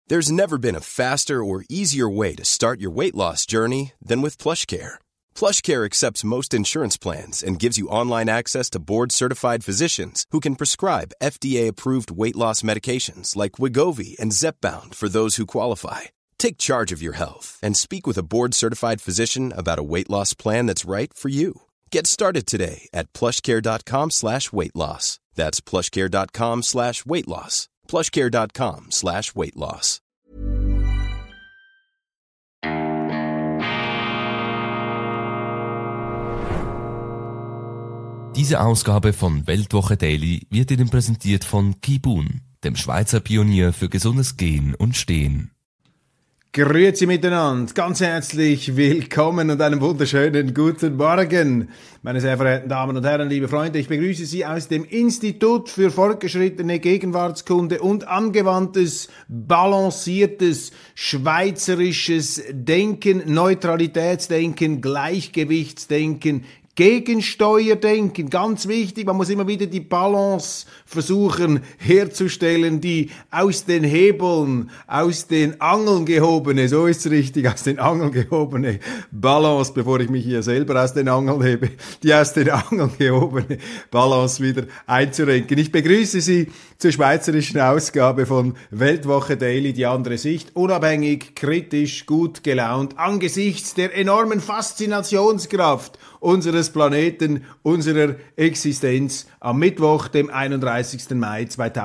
There's never been a faster or easier way to start your weight loss journey than with PlushCare. PlushCare accepts most insurance plans and gives you online access to board-certified physicians who can prescribe FDA-approved weight loss medications like Wegovy and Zepbound for those who qualify. Take charge of your health and speak with a board-certified physician about a weight loss plan that's right for you. Get started today at plushcare.com/weightloss. That's plushcare.com/weightloss. plushcare.com/weightloss. Diese Ausgabe von Weltwoche Daily wird Ihnen präsentiert von Kibun, dem Schweizer Pionier für gesundes Gehen und Stehen. Grüezi miteinander, ganz herzlich willkommen und einen wunderschönen guten Morgen, meine sehr verehrten Damen und Herren, liebe Freunde. Ich begrüße Sie aus dem Institut für fortgeschrittene Gegenwartskunde und angewandtes, balanciertes, schweizerisches Denken, Neutralitätsdenken, Gleichgewichtsdenken, Gegensteuerdenken, ganz wichtig, man muss immer wieder die Balance versuchen herzustellen, die aus den Hebeln, aus den Angeln gehobene, so ist es richtig, aus den Angeln gehobene Balance, bevor ich mich hier selber aus den Angeln hebe, die aus den Angeln gehobene Balance wieder einzurenken. Ich begrüße Sie zur schweizerischen Ausgabe von Weltwoche Daily, die andere Sicht, unabhängig, kritisch, gut gelaunt, angesichts der enormen Faszinationskraft unseres Planeten, unserer Existenz am Mittwoch, dem 31. Mai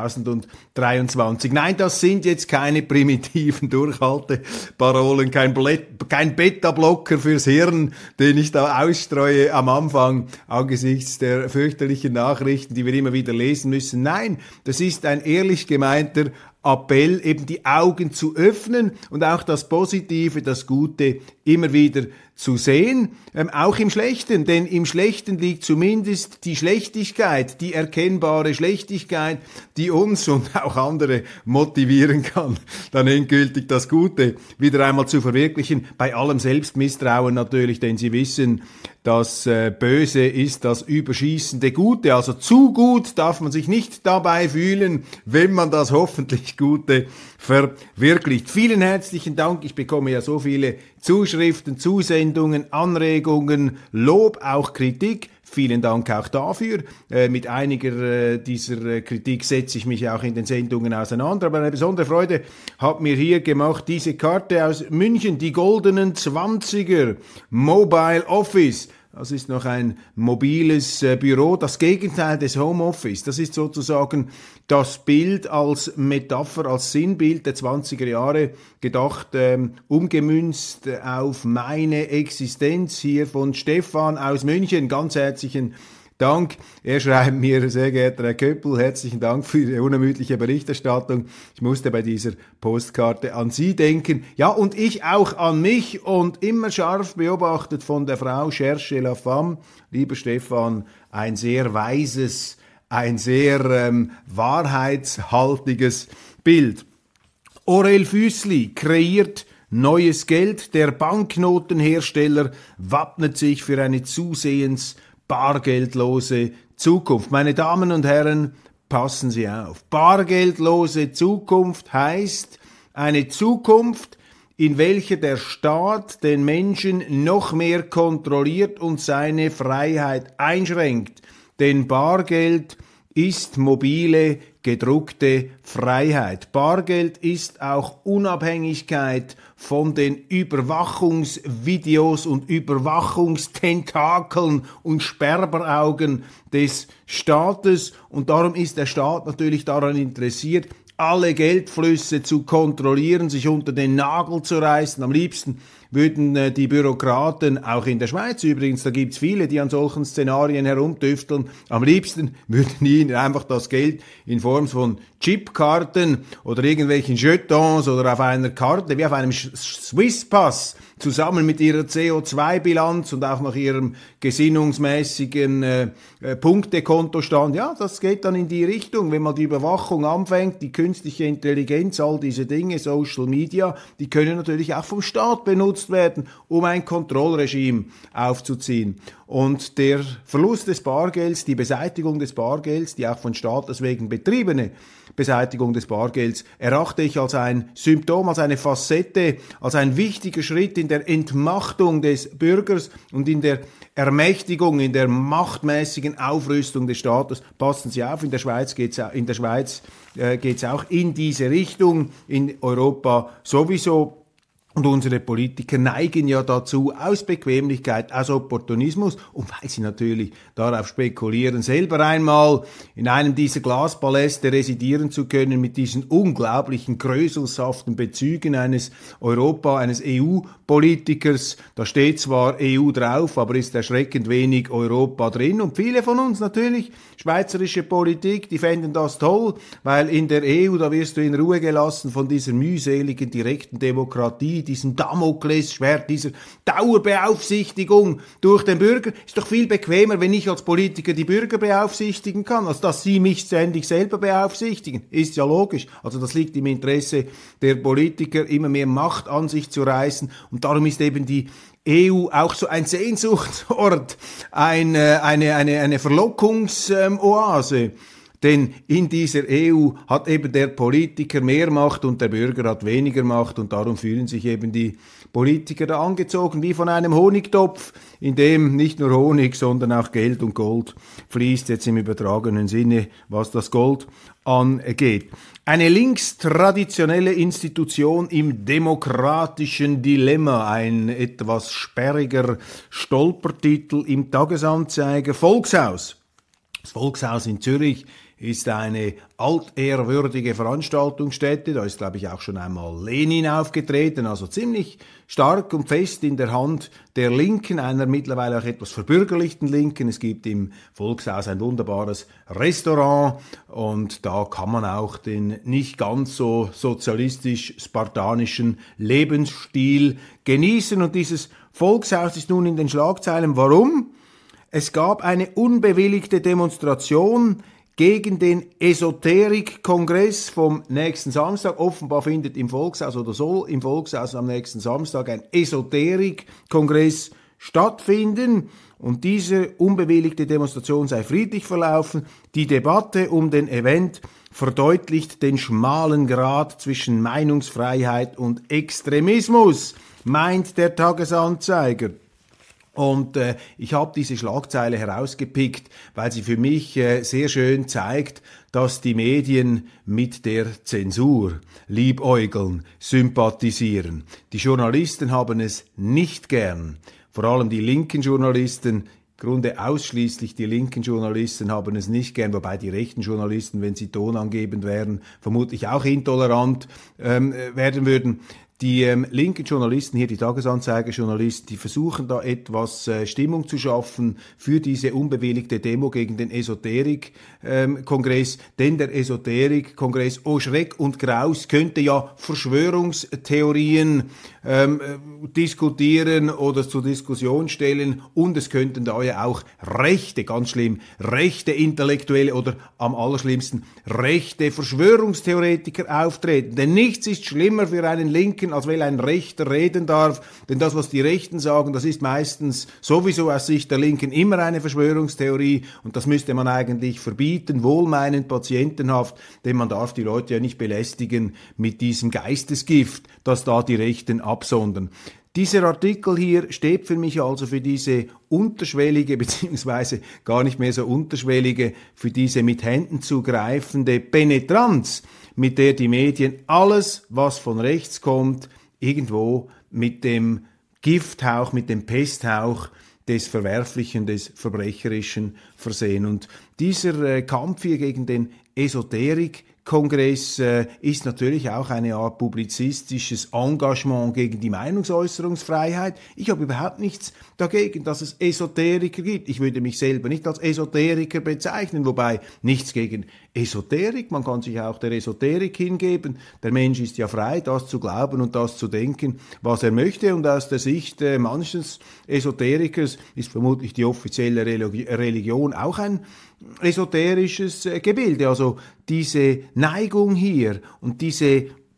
2023. Nein, das sind jetzt keine primitiven Durchhalteparolen, kein Beta-Blocker fürs Hirn, den ich da ausstreue am Anfang angesichts der fürchterlichen Nachrichten, die wir immer wieder lesen müssen. Nein, das ist ein ehrlich gemeinter Appell, eben die Augen zu öffnen und auch das Positive, das Gute immer wieder zu sehen, auch im Schlechten, denn im Schlechten liegt zumindest die Schlechtigkeit, die erkennbare Schlechtigkeit, die uns und auch andere motivieren kann, dann endgültig das Gute wieder einmal zu verwirklichen, bei allem Selbstmisstrauen natürlich, denn Sie wissen, das Böse ist das überschießende Gute, also zu gut darf man sich nicht dabei fühlen, wenn man das hoffentlich Gute verwirklicht. Vielen herzlichen Dank, ich bekomme ja so viele Zuschriften, Zusendungen, Anregungen, Lob, auch Kritik. Vielen Dank auch dafür. Mit einiger dieser Kritik setze ich mich auch in den Sendungen auseinander. Aber eine besondere Freude hat mir hier gemacht diese Karte aus München, die goldenen 20er, Mobile Office. Das ist noch ein mobiles Büro, das Gegenteil des Homeoffice. Das ist sozusagen das Bild als Metapher, als Sinnbild der 20er Jahre gedacht, umgemünzt auf meine Existenz hier von Stefan aus München. Ganz herzlichen Dank. Er schreibt mir, sehr geehrter Herr Köppel, herzlichen Dank für Ihre unermüdliche Berichterstattung. Ich musste bei dieser Postkarte an Sie denken. Ja, und ich auch an mich und immer scharf beobachtet von der Frau Cherche la Femme. Lieber Stefan, ein sehr weises, ein sehr wahrheitshaltiges Bild. Aurel Füssli kreiert neues Geld. Der Banknotenhersteller wappnet sich für eine zusehends bargeldlose Zukunft. Meine Damen und Herren, passen Sie auf. Bargeldlose Zukunft heißt eine Zukunft, in welcher der Staat den Menschen noch mehr kontrolliert und seine Freiheit einschränkt. Denn Bargeld ist mobile, gedruckte Freiheit. Bargeld ist auch Unabhängigkeit von den Überwachungsvideos und Überwachungstentakeln und Sperberaugen des Staates. Und darum ist der Staat natürlich daran interessiert, alle Geldflüsse zu kontrollieren, sich unter den Nagel zu reißen. Am liebsten würden die Bürokraten, auch in der Schweiz übrigens, da gibt's viele, die an solchen Szenarien herumtüfteln, am liebsten würden ihnen einfach das Geld in Form von Chipkarten oder irgendwelchen Jetons oder auf einer Karte, wie auf einem Swisspass, zusammen mit ihrer CO2-Bilanz und auch nach ihrem gesinnungsmäßigen Punktekontostand. Ja, das geht dann in die Richtung, wenn man die Überwachung anfängt, die künstliche Intelligenz, all diese Dinge, Social Media, die können natürlich auch vom Staat benutzt genutzt werden, um ein Kontrollregime aufzuziehen. Und der Verlust des Bargelds, die Beseitigung des Bargelds, die auch von Staates wegen betriebene Beseitigung des Bargelds, erachte ich als ein Symptom, als eine Facette, als ein wichtiger Schritt in der Entmachtung des Bürgers und in der Ermächtigung, in der machtmäßigen Aufrüstung des Staates. Passen Sie auf, in der Schweiz geht's auch in diese Richtung, in Europa sowieso. Und unsere Politiker neigen ja dazu, aus Bequemlichkeit, aus Opportunismus und weil sie natürlich darauf spekulieren, selber einmal in einem dieser Glaspaläste residieren zu können mit diesen unglaublichen größelshaften Bezügen eines EU-Politikers. Da steht zwar EU drauf, aber ist erschreckend wenig Europa drin. Und viele von uns natürlich, schweizerische Politik, die fänden das toll, weil in der EU, da wirst du in Ruhe gelassen von dieser mühseligen direkten Demokratie, diesem Damoklesschwert, dieser Dauerbeaufsichtigung durch den Bürger. Ist doch viel bequemer, wenn ich als Politiker die Bürger beaufsichtigen kann, als dass sie mich ständig selber beaufsichtigen. Ist ja logisch. Also das liegt im Interesse der Politiker, immer mehr Macht an sich zu reißen. Und darum ist eben die EU auch so ein Sehnsuchtsort, eine Verlockungsoase. Denn in dieser EU hat eben der Politiker mehr Macht und der Bürger hat weniger Macht und darum fühlen sich eben die Politiker da angezogen wie von einem Honigtopf, in dem nicht nur Honig, sondern auch Geld und Gold fließt, jetzt im übertragenen Sinne, was das Gold angeht. Eine linkstraditionelle Institution im demokratischen Dilemma, ein etwas sperriger Stolpertitel im Tagesanzeiger. Volkshaus. Das Volkshaus in Zürich ist eine altehrwürdige Veranstaltungsstätte. Da ist, glaube ich, auch schon einmal Lenin aufgetreten, also ziemlich stark und fest in der Hand der Linken, einer mittlerweile auch etwas verbürgerlichten Linken. Es gibt im Volkshaus ein wunderbares Restaurant und da kann man auch den nicht ganz so sozialistisch-spartanischen Lebensstil genießen. Und dieses Volkshaus ist nun in den Schlagzeilen. Warum? Es gab eine unbewilligte Demonstration gegen den Esoterik-Kongress vom nächsten Samstag. Offenbar findet im Volkshaus oder soll im Volkshaus am nächsten Samstag ein Esoterik-Kongress stattfinden. Und diese unbewilligte Demonstration sei friedlich verlaufen. Die Debatte um den Event verdeutlicht den schmalen Grat zwischen Meinungsfreiheit und Extremismus, meint der Tagesanzeiger. Und ich habe diese Schlagzeile herausgepickt, weil sie für mich sehr schön zeigt, dass die Medien mit der Zensur liebäugeln, sympathisieren. Die Journalisten haben es nicht gern, vor allem die linken Journalisten, im Grunde ausschließlich die linken Journalisten haben es nicht gern, wobei die rechten Journalisten, wenn sie tonangebend wären, vermutlich auch intolerant werden würden. Die linken Journalisten hier, die Tagesanzeiger-Journalisten, die versuchen da etwas Stimmung zu schaffen für diese unbewilligte Demo gegen den Esoterik-Kongress. Denn der Esoterik-Kongress, oh Schreck und Graus, könnte ja Verschwörungstheorien diskutieren oder zur Diskussion stellen. Und es könnten da ja auch rechte, ganz schlimm, rechte Intellektuelle oder am allerschlimmsten rechte Verschwörungstheoretiker auftreten. Denn nichts ist schlimmer für einen Linken, als wenn ein Rechter reden darf, denn das, was die Rechten sagen, das ist meistens sowieso aus Sicht der Linken immer eine Verschwörungstheorie und das müsste man eigentlich verbieten, wohlmeinend, patientenhaft, denn man darf die Leute ja nicht belästigen mit diesem Geistesgift, das da die Rechten absondern. Dieser Artikel hier steht für mich also für diese unterschwellige, beziehungsweise gar nicht mehr so unterschwellige, für diese mit Händen zugreifende Penetranz, mit der die Medien alles, was von rechts kommt, irgendwo mit dem Gifthauch, mit dem Pesthauch des Verwerflichen, des Verbrecherischen versehen. Und dieser Kampf hier gegen den Esoterik-Kongress ist natürlich auch eine Art publizistisches Engagement gegen die Meinungsäußerungsfreiheit. Ich habe überhaupt nichts dagegen, dass es Esoteriker gibt. Ich würde mich selber nicht als Esoteriker bezeichnen, wobei nichts gegen Esoterik. Man kann sich auch der Esoterik hingeben. Der Mensch ist ja frei, das zu glauben und das zu denken, was er möchte. Und aus der Sicht manches Esoterikers ist vermutlich die offizielle Religion auch ein esoterisches Gebilde. Also diese Neigung hier und diese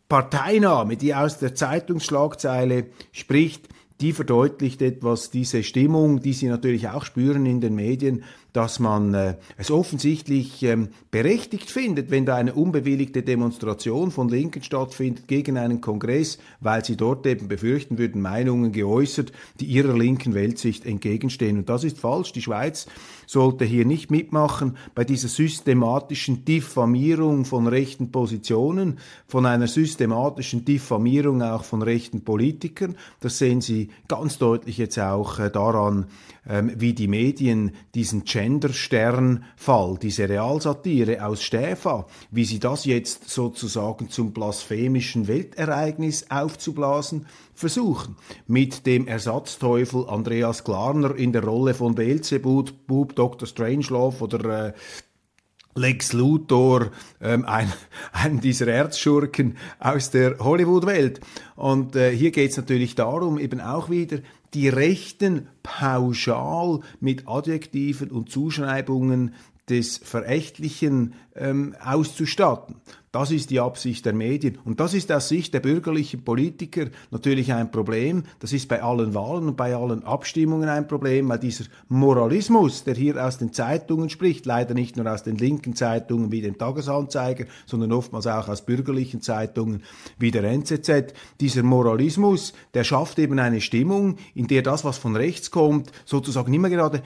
Parteinahme, die aus der Zeitungsschlagzeile spricht, die verdeutlicht etwas diese Stimmung, die Sie natürlich auch spüren in den Medien, dass man es offensichtlich berechtigt findet, wenn da eine unbewilligte Demonstration von Linken stattfindet gegen einen Kongress, weil sie dort eben befürchten würden, Meinungen geäußert, die ihrer linken Weltsicht entgegenstehen. Und das ist falsch. Die Schweiz sollte hier nicht mitmachen bei dieser systematischen Diffamierung von rechten Positionen, von einer systematischen Diffamierung auch von rechten Politikern. Das sehen Sie ganz deutlich jetzt auch daran, wie die Medien diesen Gender-Stern-Fall, diese Realsatire aus Stäfa, wie sie das jetzt sozusagen zum blasphemischen Weltereignis aufzublasen versuchen. Mit dem Ersatzteufel Andreas Glarner in der Rolle von Beelzebub, Dr. Strangelove oder Lex Luthor, einen dieser Erzschurken aus der Hollywood-Welt. Und hier geht es natürlich darum, eben auch wieder die Rechten pauschal mit Adjektiven und Zuschreibungen des Verächtlichen auszustatten. Das ist die Absicht der Medien. Und das ist aus Sicht der bürgerlichen Politiker natürlich ein Problem. Das ist bei allen Wahlen und bei allen Abstimmungen ein Problem, weil dieser Moralismus, der hier aus den Zeitungen spricht, leider nicht nur aus den linken Zeitungen wie dem Tagesanzeiger, sondern oftmals auch aus bürgerlichen Zeitungen wie der NZZ, dieser Moralismus, der schafft eben eine Stimmung, in der das, was von rechts kommt, sozusagen immer gerade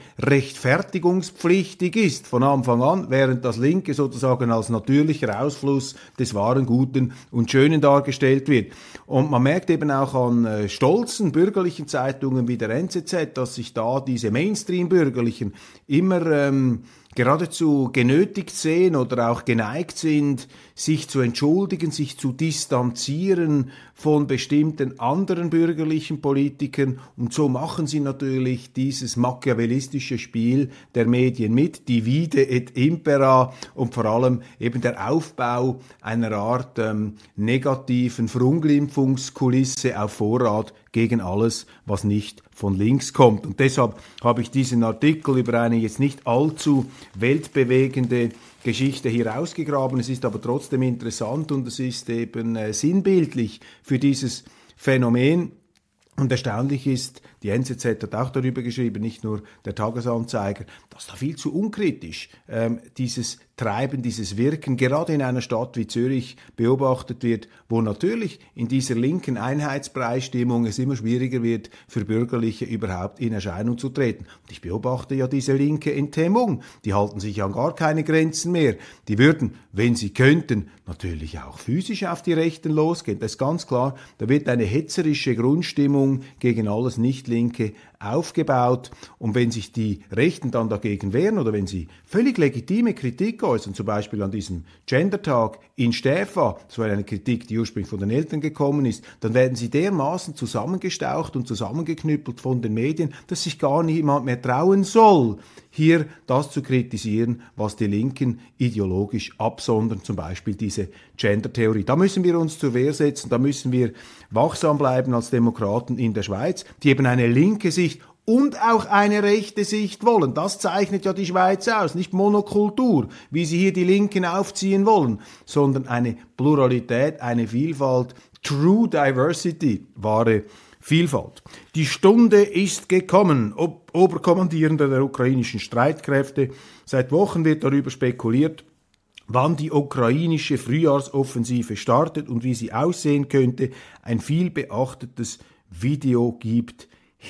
rechtfertigungspflichtig ist von Anfang an, während das Linke sozusagen als natürlicher Ausfluss des wahren, Guten und Schönen dargestellt wird. Und man merkt eben auch an stolzen bürgerlichen Zeitungen wie der NZZ, dass sich da diese Mainstream-Bürgerlichen immer geradezu genötigt sehen oder auch geneigt sind, sich zu entschuldigen, sich zu distanzieren von bestimmten anderen bürgerlichen Politikern. Und so machen sie natürlich dieses machiavellistische Spiel der Medien mit, divide et impera, und vor allem eben der Aufbau einer Art negativen Verunglimpfungskulisse auf Vorrat gegen alles, was nicht von links kommt. Und deshalb habe ich diesen Artikel über eine jetzt nicht allzu weltbewegende Geschichte hier ausgegraben. Es ist aber trotzdem interessant und es ist eben sinnbildlich für dieses Phänomen. Und erstaunlich ist, die NZZ hat auch darüber geschrieben, nicht nur der Tagesanzeiger, dass da viel zu unkritisch dieses Treiben, dieses Wirken gerade in einer Stadt wie Zürich beobachtet wird, wo natürlich in dieser linken Einheitsbrei-Stimmung es immer schwieriger wird, für Bürgerliche überhaupt in Erscheinung zu treten. Und ich beobachte ja diese linke Enthemmung, die halten sich an gar keine Grenzen mehr. Die würden, wenn sie könnten, natürlich auch physisch auf die Rechten losgehen. Das ist ganz klar, da wird eine hetzerische Grundstimmung gegen alles Nicht-Linke aufgebaut, und wenn sich die Rechten dann dagegen wehren oder wenn sie völlig legitime Kritik äußern, zum Beispiel an diesem Gendertag in Stäfa, das war eine Kritik, die ursprünglich von den Eltern gekommen ist, dann werden sie dermaßen zusammengestaucht und zusammengeknüppelt von den Medien, dass sich gar niemand mehr trauen soll, hier das zu kritisieren, was die Linken ideologisch absondern, zum Beispiel diese Gender-Theorie. Da müssen wir uns zur Wehr setzen, da müssen wir wachsam bleiben als Demokraten in der Schweiz, die eben eine linke Sicht und auch eine rechte Sicht wollen. Das zeichnet ja die Schweiz aus, nicht Monokultur, wie sie hier die Linken aufziehen wollen, sondern eine Pluralität, eine Vielfalt, True Diversity, wahre Vielfalt. Die Stunde ist gekommen. Oberkommandierender der ukrainischen Streitkräfte. Seit Wochen wird darüber spekuliert, wann die ukrainische Frühjahrsoffensive startet und wie sie aussehen könnte. Ein viel beachtetes Video gibt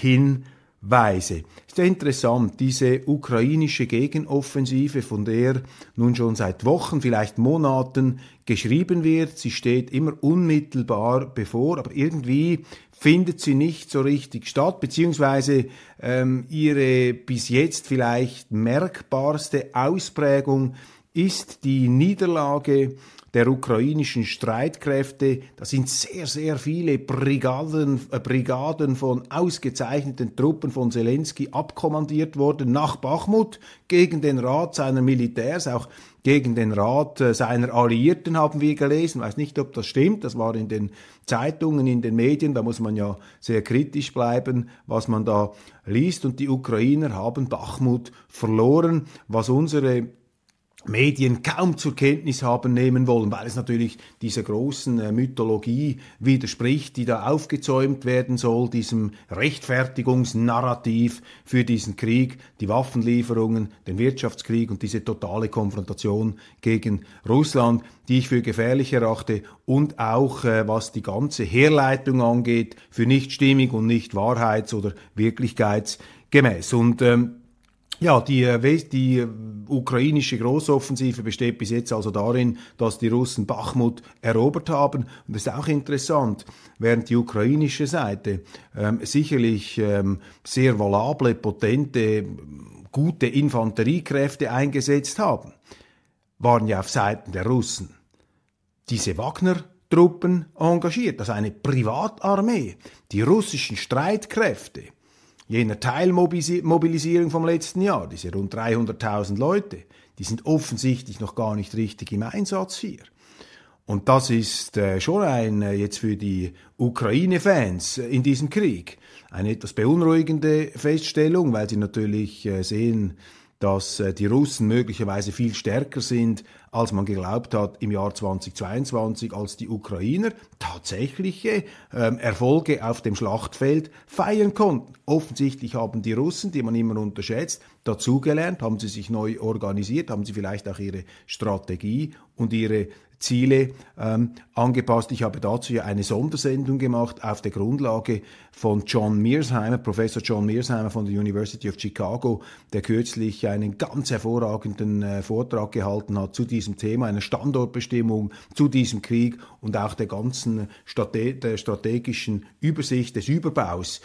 Hinweise. Ist ja interessant, diese ukrainische Gegenoffensive, von der nun schon seit Wochen, vielleicht Monaten geschrieben wird. Sie steht immer unmittelbar bevor, aber irgendwie findet sie nicht so richtig statt, beziehungsweise ihre bis jetzt vielleicht merkbarste Ausprägung ist die Niederlage der ukrainischen Streitkräfte. Da sind sehr, sehr viele Brigaden von ausgezeichneten Truppen von Zelensky abkommandiert worden nach Bachmut gegen den Rat seiner Militärs, auch gegen den Rat seiner Alliierten haben wir gelesen. Ich weiß nicht, ob das stimmt. Das war in den Zeitungen, in den Medien. Da muss man ja sehr kritisch bleiben, was man da liest. Und die Ukrainer haben Bachmut verloren, was unsere Medien kaum zur Kenntnis haben nehmen wollen, weil es natürlich dieser großen Mythologie widerspricht, die da aufgezäumt werden soll, diesem Rechtfertigungsnarrativ für diesen Krieg, die Waffenlieferungen, den Wirtschaftskrieg und diese totale Konfrontation gegen Russland, die ich für gefährlich erachte und auch, was die ganze Herleitung angeht, für nicht stimmig und nicht wahrheits- oder wirklichkeitsgemäß. Und ja, die ukrainische Großoffensive besteht bis jetzt also darin, dass die Russen Bachmut erobert haben. Und das ist auch interessant, während die ukrainische Seite sicherlich sehr valable, potente, gute Infanteriekräfte eingesetzt haben, waren ja auf Seiten der Russen diese Wagner-Truppen engagiert, also eine Privatarmee, die russischen Streitkräfte, jener Teilmobilisierung vom letzten Jahr, diese rund 300.000 Leute, die sind offensichtlich noch gar nicht richtig im Einsatz hier. Und das ist schon jetzt für die Ukraine-Fans in diesem Krieg eine etwas beunruhigende Feststellung, weil sie natürlich sehen, dass die Russen möglicherweise viel stärker sind, als man geglaubt hat im Jahr 2022, als die Ukrainer tatsächliche Erfolge auf dem Schlachtfeld feiern konnten. Offensichtlich haben die Russen, die man immer unterschätzt, dazugelernt, haben sie sich neu organisiert, haben sie vielleicht auch ihre Strategie und ihre Ziele angepasst. Ich habe dazu ja eine Sondersendung gemacht auf der Grundlage von John Mearsheimer, Professor John Mearsheimer von der University of Chicago, der kürzlich einen ganz hervorragenden Vortrag gehalten hat zu diesem Thema, einer Standortbestimmung, zu diesem Krieg und auch der ganzen der strategischen Übersicht des Überbaus,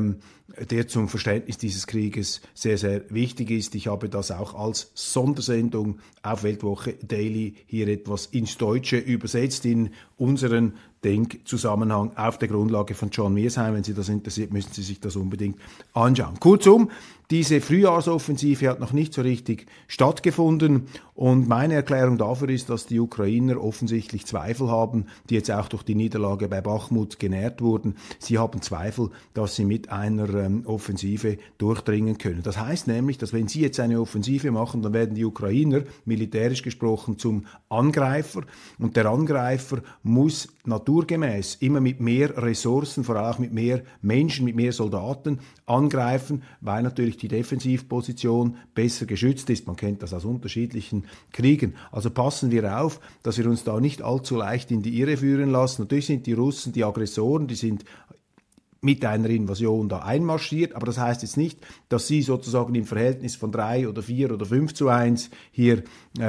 der zum Verständnis dieses Krieges sehr, sehr wichtig ist. Ich habe das auch als Sondersendung auf Weltwoche Daily hier etwas ins Deutsche übersetzt in unseren Denkzusammenhang auf der Grundlage von John Mearsheimer. Wenn Sie das interessiert, müssen Sie sich das unbedingt anschauen. Kurzum, diese Frühjahrsoffensive hat noch nicht so richtig stattgefunden und meine Erklärung dafür ist, dass die Ukrainer offensichtlich Zweifel haben, die jetzt auch durch die Niederlage bei Bachmut genährt wurden. Sie haben Zweifel, dass sie mit einer Offensive durchdringen können. Das heißt nämlich, dass wenn sie jetzt eine Offensive machen, dann werden die Ukrainer militärisch gesprochen zum Angreifer und der Angreifer muss naturgemäß immer mit mehr Ressourcen, vor allem auch mit mehr Menschen, mit mehr Soldaten angreifen, weil natürlich die Defensivposition besser geschützt ist. Man kennt das aus unterschiedlichen Kriegen. Also passen wir auf, dass wir uns da nicht allzu leicht in die Irre führen lassen. Natürlich sind die Russen die Aggressoren, die sind mit einer Invasion da einmarschiert, aber das heißt jetzt nicht, dass sie sozusagen im Verhältnis von 3 oder 4 oder 5:1 hier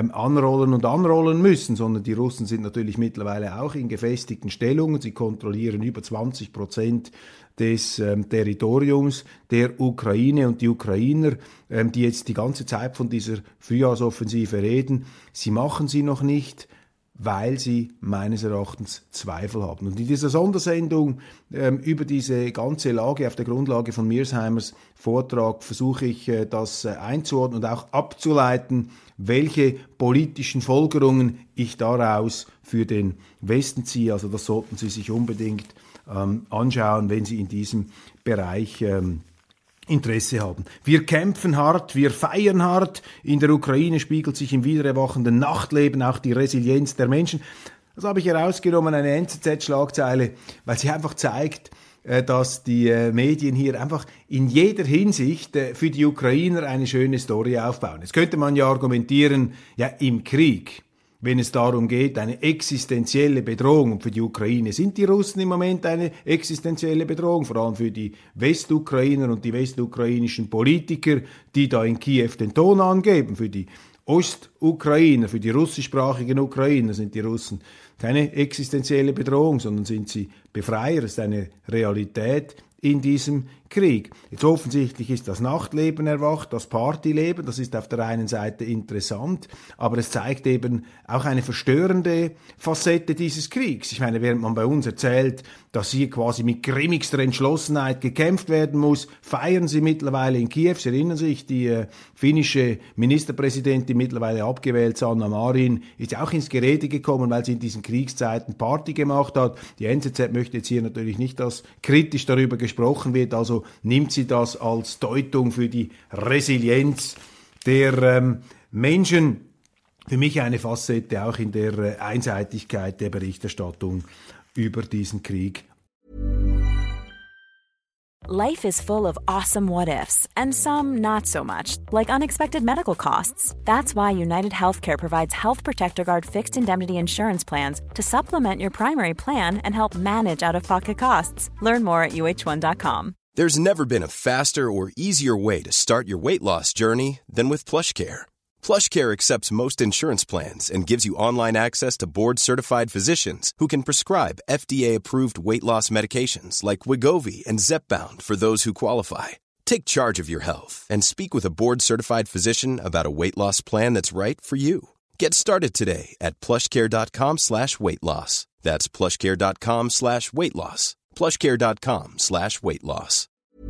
anrollen müssen, sondern die Russen sind natürlich mittlerweile auch in gefestigten Stellungen, sie kontrollieren über 20% des Territoriums der Ukraine und die Ukrainer, die jetzt die ganze Zeit von dieser Frühjahrsoffensive reden, sie machen sie noch nicht, weil sie meines Erachtens Zweifel haben. Und in dieser Sondersendung über diese ganze Lage auf der Grundlage von Mearsheimers Vortrag versuche ich das einzuordnen und auch abzuleiten, welche politischen Folgerungen ich daraus für den Westen ziehe. Also das sollten Sie sich unbedingt anschauen, wenn Sie in diesem Bereich Interesse haben. Wir kämpfen hart, wir feiern hart. In der Ukraine spiegelt sich im wiedererwachenden Nachtleben auch die Resilienz der Menschen. Das habe ich herausgenommen, eine NZZ-Schlagzeile, weil sie einfach zeigt, dass die Medien hier einfach in jeder Hinsicht für die Ukrainer eine schöne Story aufbauen. Jetzt könnte man ja argumentieren, ja im Krieg, wenn es darum geht, eine existenzielle Bedrohung. Und für die Ukraine sind die Russen im Moment eine existenzielle Bedrohung, vor allem für die Westukrainer und die westukrainischen Politiker, die da in Kiew den Ton angeben. Für die Ostukrainer, für die russischsprachigen Ukrainer sind die Russen keine existenzielle Bedrohung, sondern sind sie Befreier. Das ist eine Realität in diesem Krieg. Jetzt offensichtlich ist das Nachtleben erwacht, das Partyleben, das ist auf der einen Seite interessant, aber es zeigt eben auch eine verstörende Facette dieses Kriegs. Ich meine, während man bei uns erzählt, dass hier quasi mit grimmigster Entschlossenheit gekämpft werden muss, feiern sie mittlerweile in Kiew. Sie erinnern sich, die finnische Ministerpräsidentin, mittlerweile abgewählt, Sanna Marin, ist auch ins Gerede gekommen, weil sie in diesen Kriegszeiten Party gemacht hat. Die NZZ möchte jetzt hier natürlich nicht, dass kritisch darüber gesprochen wird, also nimmt sie das als Deutung für die Resilienz der Menschen. für mich eine Facette auch in der Einseitigkeit der Berichterstattung über diesen Krieg. Life is full of awesome what-ifs, and some not so much, like unexpected medical costs. That's why United Healthcare provides Health Protector Guard fixed indemnity insurance plans to supplement your primary plan and help manage out-of-pocket costs. Learn more at uh1.com. There's never been a faster or easier way to start your weight loss journey than with PlushCare. PlushCare accepts most insurance plans and gives you online access to board-certified physicians who can prescribe FDA-approved weight loss medications like Wegovy and Zepbound for those who qualify. Take charge of your health and speak with a board-certified physician about a weight loss plan that's right for you. Get started today at plushcare.com/weightloss. That's plushcare.com/weightloss. plushcare.com/weightloss.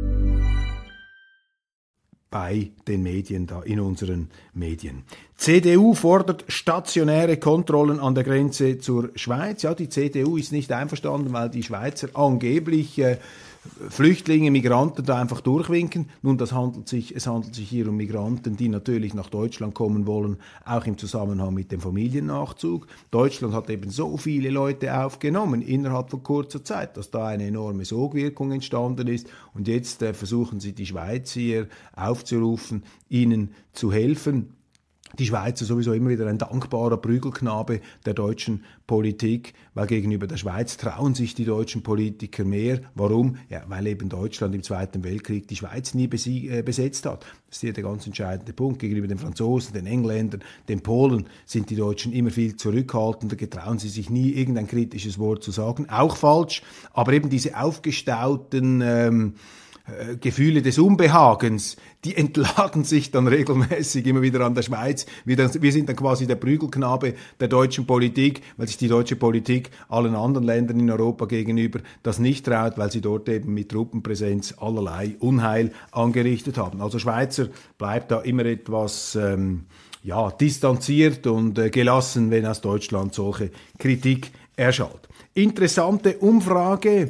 Bei den Medien, da in unseren Medien. CDU fordert stationäre Kontrollen an der Grenze zur Schweiz. Ja, die CDU ist nicht einverstanden, weil die Schweizer angeblich Flüchtlinge, Migranten da einfach durchwinken. Nun, es handelt sich hier um Migranten, die natürlich nach Deutschland kommen wollen, auch im Zusammenhang mit dem Familiennachzug. Deutschland hat eben so viele Leute aufgenommen innerhalb von kurzer Zeit, dass da eine enorme Sogwirkung entstanden ist. Und jetzt versuchen sie die Schweiz hier aufzurufen, ihnen zu helfen. Die Schweiz ist sowieso immer wieder ein dankbarer Prügelknabe der deutschen Politik, weil gegenüber der Schweiz trauen sich die deutschen Politiker mehr. Warum? Ja, weil eben Deutschland im Zweiten Weltkrieg die Schweiz nie besetzt hat. Das ist hier der ganz entscheidende Punkt. Gegenüber den Franzosen, den Engländern, den Polen sind die Deutschen immer viel zurückhaltender, getrauen sie sich nie, irgendein kritisches Wort zu sagen. Auch falsch, aber eben diese aufgestauten Gefühle des Unbehagens, die entladen sich dann regelmäßig immer wieder an der Schweiz. Wir sind dann quasi der Prügelknabe der deutschen Politik, weil sich die deutsche Politik allen anderen Ländern in Europa gegenüber das nicht traut, weil sie dort eben mit Truppenpräsenz allerlei Unheil angerichtet haben. Also Schweizer bleibt da immer etwas distanziert und gelassen, wenn aus Deutschland solche Kritik erschallt. Interessante Umfrage,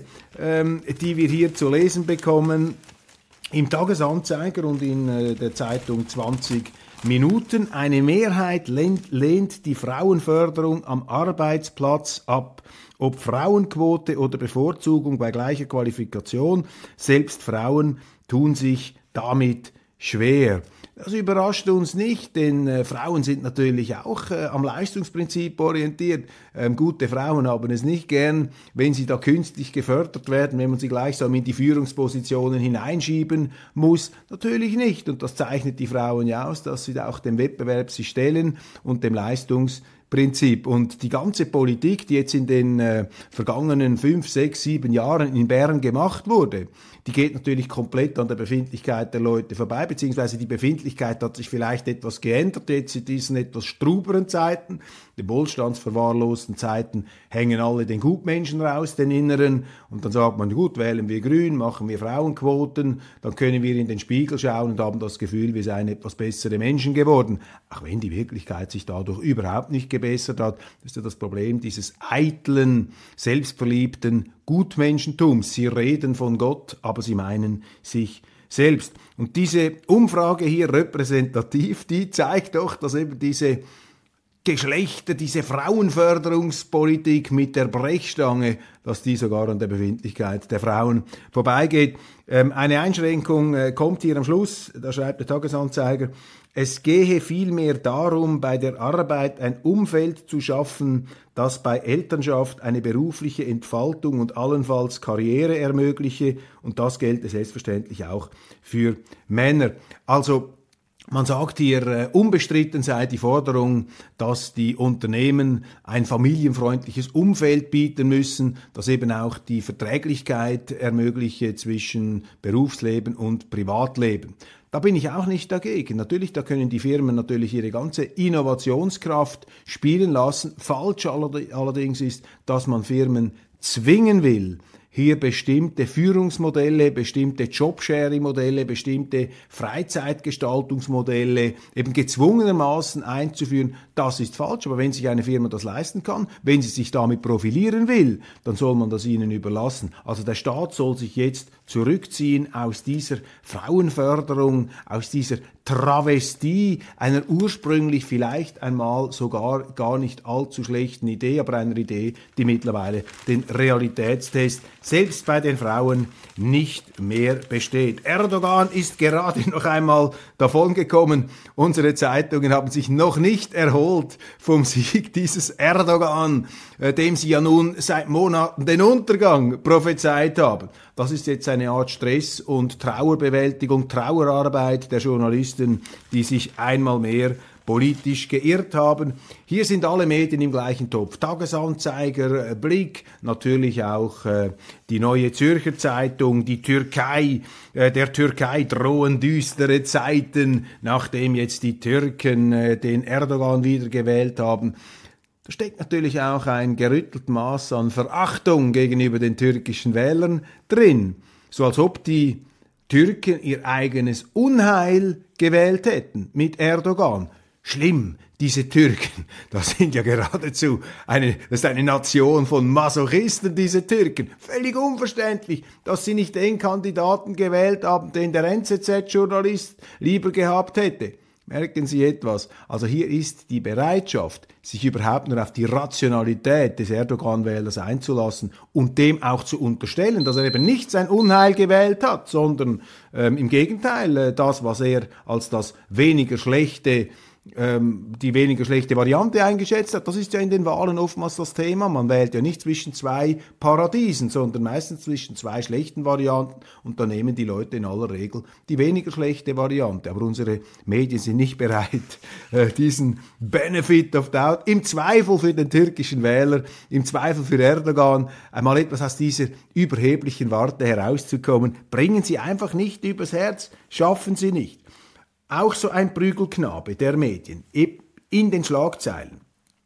die wir hier zu lesen bekommen im Tagesanzeiger und in der Zeitung 20 Minuten. Eine Mehrheit lehnt die Frauenförderung am Arbeitsplatz ab. Ob Frauenquote oder Bevorzugung bei gleicher Qualifikation, selbst Frauen tun sich damit schwer. Das überrascht uns nicht, denn Frauen sind natürlich auch am Leistungsprinzip orientiert. Gute Frauen haben es nicht gern, wenn sie da künstlich gefördert werden, wenn man sie gleichsam in die Führungspositionen hineinschieben muss. Natürlich nicht. Und das zeichnet die Frauen ja aus, dass sie da auch dem Wettbewerb sich stellen und dem Leistungsprinzip. Und die ganze Politik, die jetzt in den vergangenen 5, 6, 7 Jahren in Bern gemacht wurde, die geht natürlich komplett an der Befindlichkeit der Leute vorbei, beziehungsweise die Befindlichkeit hat sich vielleicht etwas geändert jetzt in diesen etwas struberen Zeiten. Den wohlstandsverwahrlosten Zeiten hängen alle den Gutmenschen raus, den Inneren, und dann sagt man, gut, wählen wir Grün, machen wir Frauenquoten, dann können wir in den Spiegel schauen und haben das Gefühl, wir seien etwas bessere Menschen geworden. Auch wenn die Wirklichkeit sich dadurch überhaupt nicht gebessert hat, das ist ja das Problem dieses eitlen, selbstverliebten Gutmenschentums. Sie reden von Gott, aber sie meinen sich selbst. Und diese Umfrage hier repräsentativ, die zeigt doch, dass eben diese Geschlechter, diese Frauenförderungspolitik mit der Brechstange, dass die sogar an der Befindlichkeit der Frauen vorbeigeht. Eine Einschränkung kommt hier am Schluss, da schreibt der Tagesanzeiger: Es gehe vielmehr darum, bei der Arbeit ein Umfeld zu schaffen, das bei Elternschaft eine berufliche Entfaltung und allenfalls Karriere ermögliche, und das gelte selbstverständlich auch für Männer. Also man sagt hier, unbestritten sei die Forderung, dass die Unternehmen ein familienfreundliches Umfeld bieten müssen, das eben auch die Verträglichkeit ermögliche zwischen Berufsleben und Privatleben. Da bin ich auch nicht dagegen. Natürlich, da können die Firmen natürlich ihre ganze Innovationskraft spielen lassen. Falsch allerdings ist, dass man Firmen zwingen will, hier bestimmte Führungsmodelle, bestimmte Jobsharing-Modelle, bestimmte Freizeitgestaltungsmodelle eben gezwungenermaßen einzuführen. Das ist falsch, aber wenn sich eine Firma das leisten kann, wenn sie sich damit profilieren will, dann soll man das ihnen überlassen. Also der Staat soll sich jetzt zurückziehen aus dieser Frauenförderung, aus dieser Travestie einer ursprünglich vielleicht einmal sogar gar nicht allzu schlechten Idee, aber einer Idee, die mittlerweile den Realitätstest selbst bei den Frauen nicht mehr besteht. Erdogan ist gerade noch einmal davongekommen. Unsere Zeitungen haben sich noch nicht erholt vom Sieg dieses Erdogan, dem sie ja nun seit Monaten den Untergang prophezeit haben. Das ist jetzt eine Art Stress- und Trauerbewältigung, Trauerarbeit der Journalisten, die sich einmal mehr politisch geirrt haben. Hier sind alle Medien im gleichen Topf. Tagesanzeiger, Blick, natürlich auch die Neue Zürcher Zeitung, die Türkei, der Türkei drohen düstere Zeiten, nachdem jetzt die Türken den Erdogan wiedergewählt haben. Da steckt natürlich auch ein gerüttelt Maß an Verachtung gegenüber den türkischen Wählern drin. So als ob die Türken ihr eigenes Unheil gewählt hätten mit Erdogan. Schlimm, diese Türken, das sind ja geradezu das ist eine Nation von Masochisten, diese Türken. Völlig unverständlich, dass sie nicht den Kandidaten gewählt haben, den der NZZ-Journalist lieber gehabt hätte. Merken Sie etwas? Also hier ist die Bereitschaft, sich überhaupt nur auf die Rationalität des Erdogan-Wählers einzulassen und dem auch zu unterstellen, dass er eben nicht sein Unheil gewählt hat, sondern im Gegenteil, das, was er als das weniger schlechte die weniger schlechte Variante eingeschätzt hat. Das ist ja in den Wahlen oftmals das Thema. Man wählt ja nicht zwischen zwei Paradiesen, sondern meistens zwischen zwei schlechten Varianten und da nehmen die Leute in aller Regel die weniger schlechte Variante. Aber unsere Medien sind nicht bereit, diesen Benefit of Doubt im Zweifel für den türkischen Wähler, im Zweifel für Erdogan, einmal etwas aus dieser überheblichen Warte herauszukommen. Bringen Sie einfach nicht übers Herz, schaffen Sie nicht. Auch so ein Prügelknabe der Medien in den Schlagzeilen.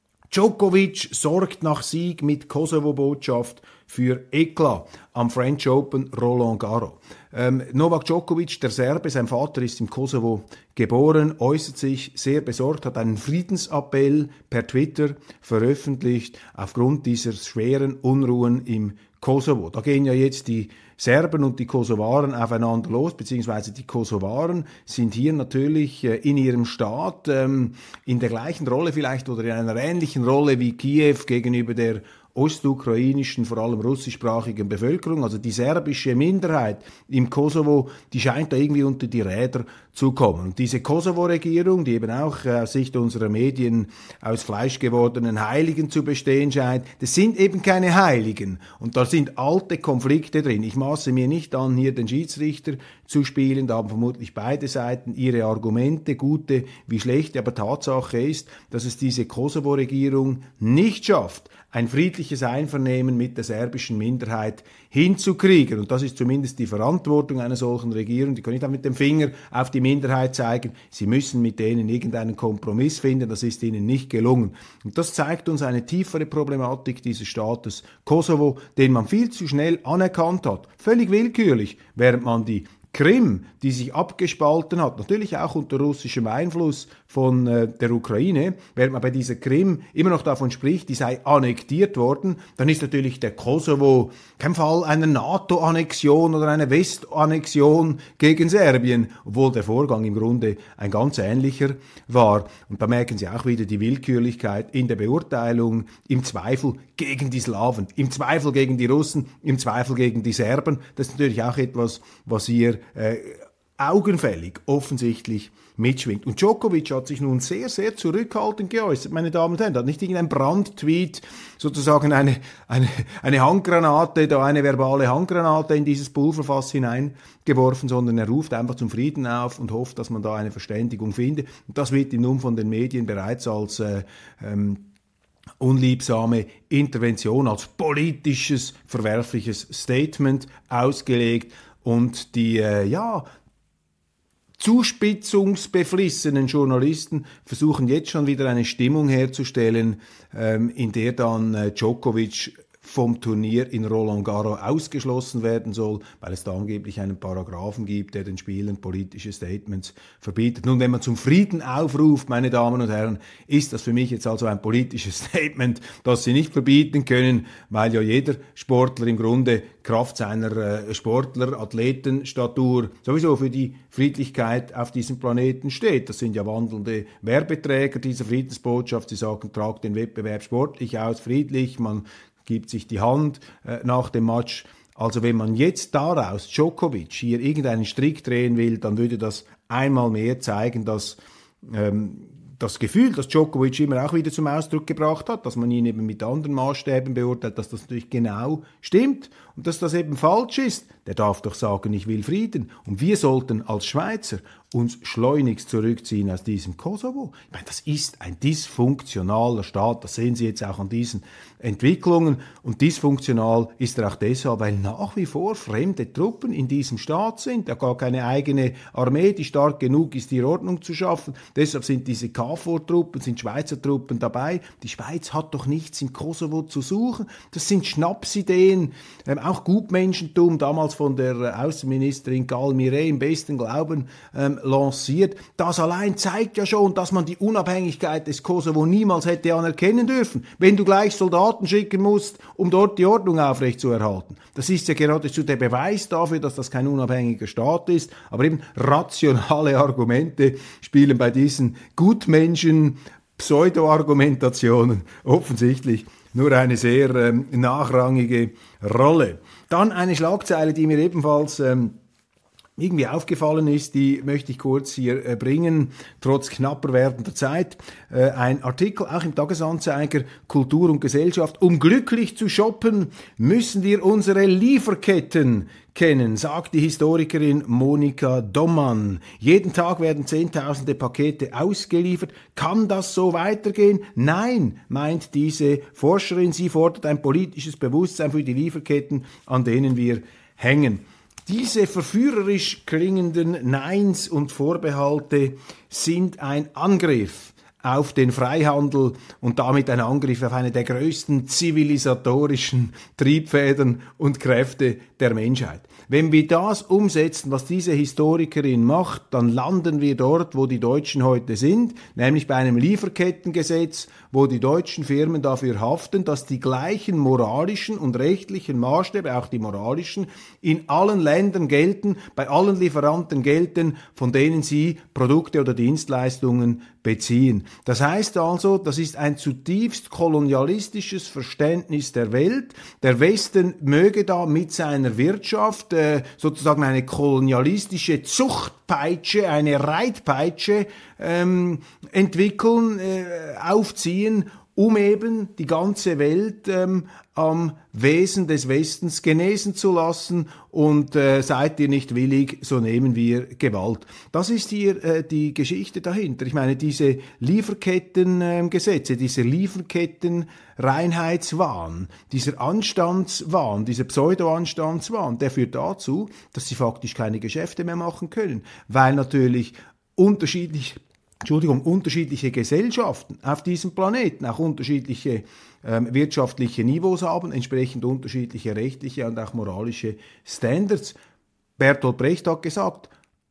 Djokovic sorgt nach Sieg mit Kosovo-Botschaft für Eklat am French Open Roland Garros. Novak Djokovic, der Serbe, sein Vater ist im Kosovo geboren, äußert sich sehr besorgt, hat einen Friedensappell per Twitter veröffentlicht aufgrund dieser schweren Unruhen im Kosovo. Da gehen ja jetzt die Serben und die Kosovaren aufeinander los, beziehungsweise die Kosovaren sind hier natürlich in ihrem Staat in der gleichen Rolle vielleicht oder in einer ähnlichen Rolle wie Kiew gegenüber der ostukrainischen, vor allem russischsprachigen Bevölkerung, also die serbische Minderheit im Kosovo, die scheint da irgendwie unter die Räder zu kommen. Und diese Kosovo-Regierung, die eben auch aus Sicht unserer Medien aus fleischgewordenen Heiligen zu bestehen scheint, das sind eben keine Heiligen. Und da sind alte Konflikte drin. Ich maße mir nicht an, hier den Schiedsrichter zu spielen, da haben vermutlich beide Seiten ihre Argumente, gute wie schlechte, aber Tatsache ist, dass es diese Kosovo-Regierung nicht schafft, ein friedliches Einvernehmen mit der serbischen Minderheit hinzukriegen. Und das ist zumindest die Verantwortung einer solchen Regierung. Die können nicht auch mit dem Finger auf die Minderheit zeigen. Sie müssen mit denen irgendeinen Kompromiss finden. Das ist ihnen nicht gelungen. Und das zeigt uns eine tiefere Problematik dieses Staates Kosovo, den man viel zu schnell anerkannt hat. Völlig willkürlich, während man die Krim, die sich abgespalten hat, natürlich auch unter russischem Einfluss von der Ukraine, während man bei dieser Krim immer noch davon spricht, die sei annektiert worden, dann ist natürlich der Kosovo kein Fall einer NATO-Annexion oder einer Westannexion gegen Serbien, obwohl der Vorgang im Grunde ein ganz ähnlicher war. Und da merken Sie auch wieder die Willkürlichkeit in der Beurteilung, im Zweifel gegen die Slawen, im Zweifel gegen die Russen, im Zweifel gegen die Serben. Das ist natürlich auch etwas, was hier augenfällig, offensichtlich mitschwingt. Und Djokovic hat sich nun sehr, sehr zurückhaltend geäußert, meine Damen und Herren. Er hat nicht irgendein Brandtweet, sozusagen eine Handgranate, da eine verbale Handgranate in dieses Pulverfass hineingeworfen, sondern er ruft einfach zum Frieden auf und hofft, dass man da eine Verständigung findet. Und das wird ihm nun von den Medien bereits als unliebsame Intervention, als politisches, verwerfliches Statement ausgelegt. Und die, zuspitzungsbeflissenen Journalisten versuchen jetzt schon wieder eine Stimmung herzustellen, in der dann Djokovic vom Turnier in Roland Garros ausgeschlossen werden soll, weil es da angeblich einen Paragraphen gibt, der den Spielern politische Statements verbietet. Nun, wenn man zum Frieden aufruft, meine Damen und Herren, ist das für mich jetzt also ein politisches Statement, das Sie nicht verbieten können, weil ja jeder Sportler im Grunde Kraft seiner Athletenstatur sowieso für die Friedlichkeit auf diesem Planeten steht. Das sind ja wandelnde Werbeträger dieser Friedensbotschaft. Sie sagen, tragt den Wettbewerb sportlich aus, friedlich, man gibt sich die Hand nach dem Match. Also wenn man jetzt daraus Djokovic hier irgendeinen Strick drehen will, dann würde das einmal mehr zeigen, dass das Gefühl, das Djokovic immer auch wieder zum Ausdruck gebracht hat, dass man ihn eben mit anderen Maßstäben beurteilt, dass das natürlich genau stimmt und dass das eben falsch ist. Der darf doch sagen, ich will Frieden. Und wir sollten als Schweizer uns schleunigst zurückziehen aus diesem Kosovo. Ich meine, das ist ein dysfunktionaler Staat, das sehen Sie jetzt auch an diesen Entwicklungen. Und dysfunktional ist er auch deshalb, weil nach wie vor fremde Truppen in diesem Staat sind. Er hat gar keine eigene Armee, die stark genug ist, die Ordnung zu schaffen. Deshalb sind diese KFOR-Truppen, sind Schweizer Truppen dabei. Die Schweiz hat doch nichts im Kosovo zu suchen. Das sind Schnapsideen, auch Gutmenschentum, damals von der Außenministerin Gal Mirey im besten Glauben lanciert. Das allein zeigt ja schon, dass man die Unabhängigkeit des Kosovo niemals hätte anerkennen dürfen, wenn du gleich Soldaten schicken musst, um dort die Ordnung aufrechtzuerhalten. Das ist ja geradezu der Beweis dafür, dass das kein unabhängiger Staat ist. Aber eben rationale Argumente spielen bei diesen Gutmenschen Pseudo-Argumentationen offensichtlich nur eine sehr nachrangige Rolle. Dann eine Schlagzeile, die mir ebenfalls irgendwie aufgefallen ist, die möchte ich kurz hier bringen, trotz knapper werdender Zeit. Ein Artikel, auch im Tagesanzeiger, Kultur und Gesellschaft. Um glücklich zu shoppen, müssen wir unsere Lieferketten kennen, sagt die Historikerin Monika Dommann. Jeden Tag werden Zehntausende Pakete ausgeliefert. Kann das so weitergehen? Nein, meint diese Forscherin. Sie fordert ein politisches Bewusstsein für die Lieferketten, an denen wir hängen. Diese verführerisch klingenden Neins und Vorbehalte sind ein Angriff auf den Freihandel und damit ein Angriff auf eine der größten zivilisatorischen Triebfedern und Kräfte der Menschheit. Wenn wir das umsetzen, was diese Historikerin macht, dann landen wir dort, wo die Deutschen heute sind, nämlich bei einem Lieferkettengesetz, wo die deutschen Firmen dafür haften, dass die gleichen moralischen und rechtlichen Maßstäbe, auch die moralischen, in allen Ländern gelten, bei allen Lieferanten gelten, von denen sie Produkte oder Dienstleistungen beziehen. Das heißt also, das ist ein zutiefst kolonialistisches Verständnis der Welt. Der Westen möge da mit seiner Wirtschaft sozusagen eine kolonialistische Zuchtpeitsche, eine Reitpeitsche entwickeln, aufziehen, um eben die ganze Welt am Wesen des Westens genesen zu lassen und seid ihr nicht willig, so nehmen wir Gewalt. Das ist hier die Geschichte dahinter. Ich meine, diese Lieferkettengesetze, dieser Lieferkettenreinheitswahn, dieser Anstandswahn, dieser Pseudo-Anstandswahn, der führt dazu, dass sie faktisch keine Geschäfte mehr machen können, weil natürlich unterschiedliche Gesellschaften auf diesem Planeten auch unterschiedliche wirtschaftliche Niveaus haben, entsprechend unterschiedliche rechtliche und auch moralische Standards. Bertolt Brecht hat gesagt,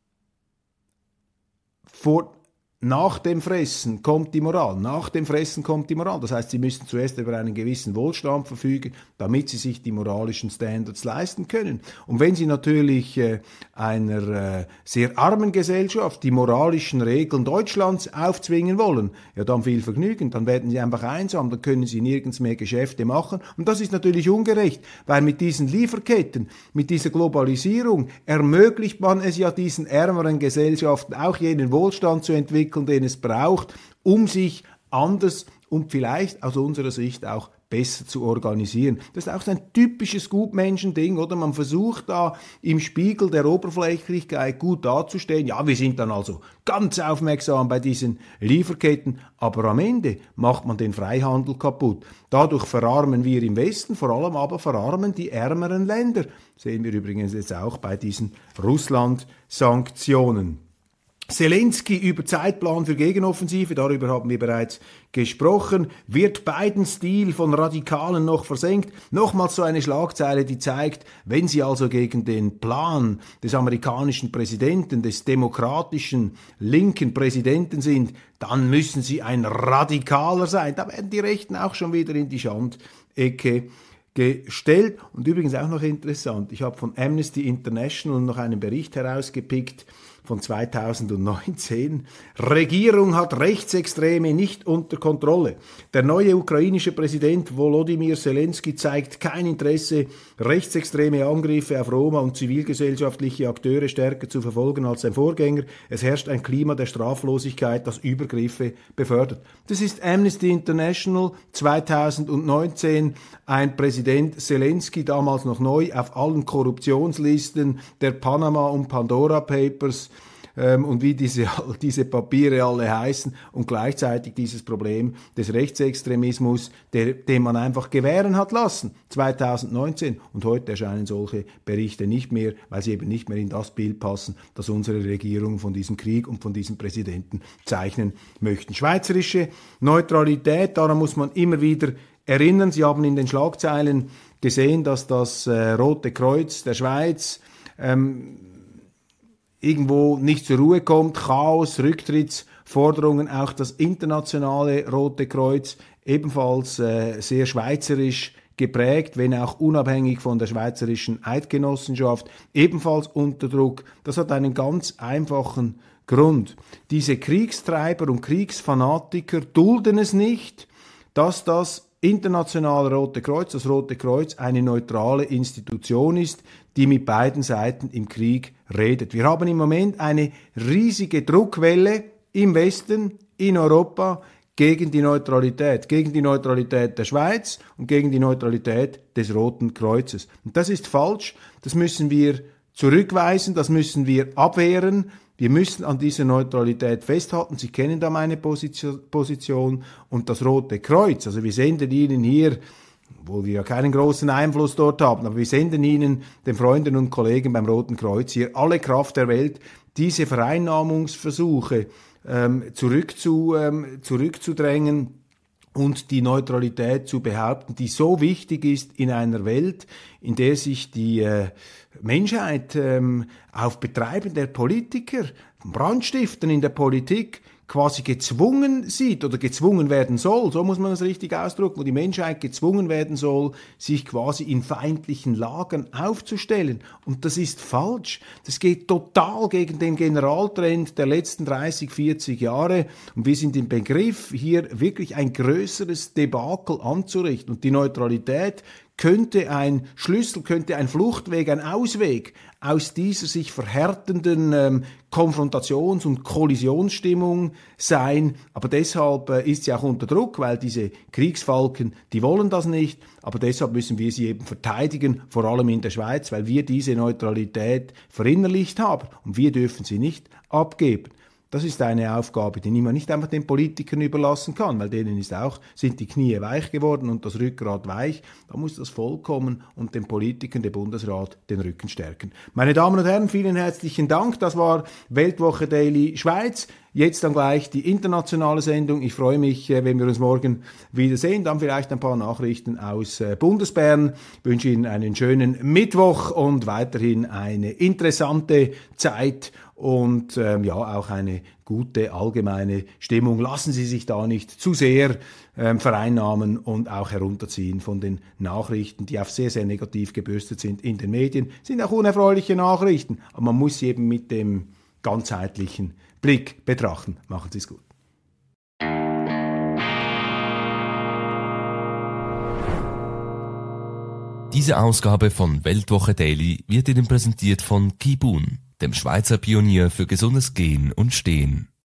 nach dem Fressen kommt die Moral. Nach dem Fressen kommt die Moral. Das heißt, sie müssen zuerst über einen gewissen Wohlstand verfügen, damit sie sich die moralischen Standards leisten können. Und wenn sie natürlich einer sehr armen Gesellschaft die moralischen Regeln Deutschlands aufzwingen wollen, ja dann viel Vergnügen, dann werden sie einfach einsam, dann können sie nirgends mehr Geschäfte machen. Und das ist natürlich ungerecht, weil mit diesen Lieferketten, mit dieser Globalisierung ermöglicht man es ja diesen ärmeren Gesellschaften auch jenen Wohlstand zu entwickeln, den es braucht, um sich anders und vielleicht aus unserer Sicht auch besser zu organisieren. Das ist auch so ein typisches Gutmenschending, oder? Man versucht da im Spiegel der Oberflächlichkeit gut dazustehen. Ja, wir sind dann also ganz aufmerksam bei diesen Lieferketten, aber am Ende macht man den Freihandel kaputt. Dadurch verarmen wir im Westen, vor allem aber verarmen die ärmeren Länder. Sehen wir übrigens jetzt auch bei diesen Russland-Sanktionen. Zelensky über Zeitplan für Gegenoffensive, darüber haben wir bereits gesprochen. Wird Bidens Deal von Radikalen noch versenkt? Nochmals so eine Schlagzeile, die zeigt, wenn Sie also gegen den Plan des amerikanischen Präsidenten, des demokratischen linken Präsidenten sind, dann müssen Sie ein Radikaler sein. Da werden die Rechten auch schon wieder in die Schandecke gestellt. Und übrigens auch noch interessant, ich habe von Amnesty International noch einen Bericht herausgepickt, von 2019. Regierung hat Rechtsextreme nicht unter Kontrolle. Der neue ukrainische Präsident Volodymyr Zelensky zeigt kein Interesse, rechtsextreme Angriffe auf Roma und zivilgesellschaftliche Akteure stärker zu verfolgen als sein Vorgänger. Es herrscht ein Klima der Straflosigkeit, das Übergriffe befördert. Das ist Amnesty International 2019. Ein Präsident Zelensky, damals noch neu, auf allen Korruptionslisten der Panama- und Pandora Papers, und wie diese Papiere alle heißen, und gleichzeitig dieses Problem des Rechtsextremismus, den man einfach gewähren hat lassen, 2019. Und heute erscheinen solche Berichte nicht mehr, weil sie eben nicht mehr in das Bild passen, das unsere Regierung von diesem Krieg und von diesem Präsidenten zeichnen möchten. Schweizerische Neutralität, daran muss man immer wieder erinnern. Sie haben in den Schlagzeilen gesehen, dass das Rote Kreuz der Schweiz irgendwo nicht zur Ruhe kommt, Chaos, Rücktrittsforderungen, auch das internationale Rote Kreuz, ebenfalls sehr schweizerisch geprägt, wenn auch unabhängig von der schweizerischen Eidgenossenschaft, ebenfalls unter Druck. Das hat einen ganz einfachen Grund. Diese Kriegstreiber und Kriegsfanatiker dulden es nicht, dass das internationale Rote Kreuz, das Rote Kreuz, eine neutrale Institution ist, die mit beiden Seiten im Krieg redet. Wir haben im Moment eine riesige Druckwelle im Westen, in Europa, gegen die Neutralität der Schweiz und gegen die Neutralität des Roten Kreuzes. Und das ist falsch, das müssen wir zurückweisen, das müssen wir abwehren. Wir müssen an dieser Neutralität festhalten. Sie kennen da meine Position. Und das Rote Kreuz, also wir senden Ihnen hier, obwohl wir ja keinen großen Einfluss dort haben, aber wir senden Ihnen, den Freunden und Kollegen beim Roten Kreuz, hier alle Kraft der Welt, diese Vereinnahmungsversuche zurückzudrängen und die Neutralität zu behaupten, die so wichtig ist in einer Welt, in der sich die Menschheit auf Betreiben der Politiker, Brandstiften in der Politik quasi gezwungen sieht oder gezwungen werden soll, so muss man es richtig ausdrücken, wo die Menschheit gezwungen werden soll, sich quasi in feindlichen Lagern aufzustellen. Und das ist falsch. Das geht total gegen den Generaltrend der letzten 30, 40 Jahre. Und wir sind im Begriff, hier wirklich ein größeres Debakel anzurichten. Und die Neutralität könnte ein Schlüssel, könnte ein Fluchtweg, ein Ausweg aus dieser sich verhärtenden Konfrontations- und Kollisionsstimmung sein. Aber deshalb ist sie auch unter Druck, weil diese Kriegsfalken, die wollen das nicht. Aber deshalb müssen wir sie eben verteidigen, vor allem in der Schweiz, weil wir diese Neutralität verinnerlicht haben. Und wir dürfen sie nicht abgeben. Das ist eine Aufgabe, die man nicht einfach den Politikern überlassen kann, weil denen sind die Knie weich geworden und das Rückgrat weich. Da muss das Volk kommen und den Politikern, der Bundesrat, den Rücken stärken. Meine Damen und Herren, vielen herzlichen Dank. Das war Weltwoche Daily Schweiz. Jetzt dann gleich die internationale Sendung. Ich freue mich, wenn wir uns morgen wiedersehen. Dann vielleicht ein paar Nachrichten aus Bundesbern. Ich wünsche Ihnen einen schönen Mittwoch und weiterhin eine interessante Zeit und auch eine gute allgemeine Stimmung. Lassen Sie sich da nicht zu sehr vereinnahmen und auch herunterziehen von den Nachrichten, die auf sehr, sehr negativ gebürstet sind in den Medien. Sind auch unerfreuliche Nachrichten, aber man muss sie eben mit dem ganzheitlichen Blick betrachten. Machen Sie es gut. Diese Ausgabe von Weltwoche Daily wird Ihnen präsentiert von Kibun, dem Schweizer Pionier für gesundes Gehen und Stehen.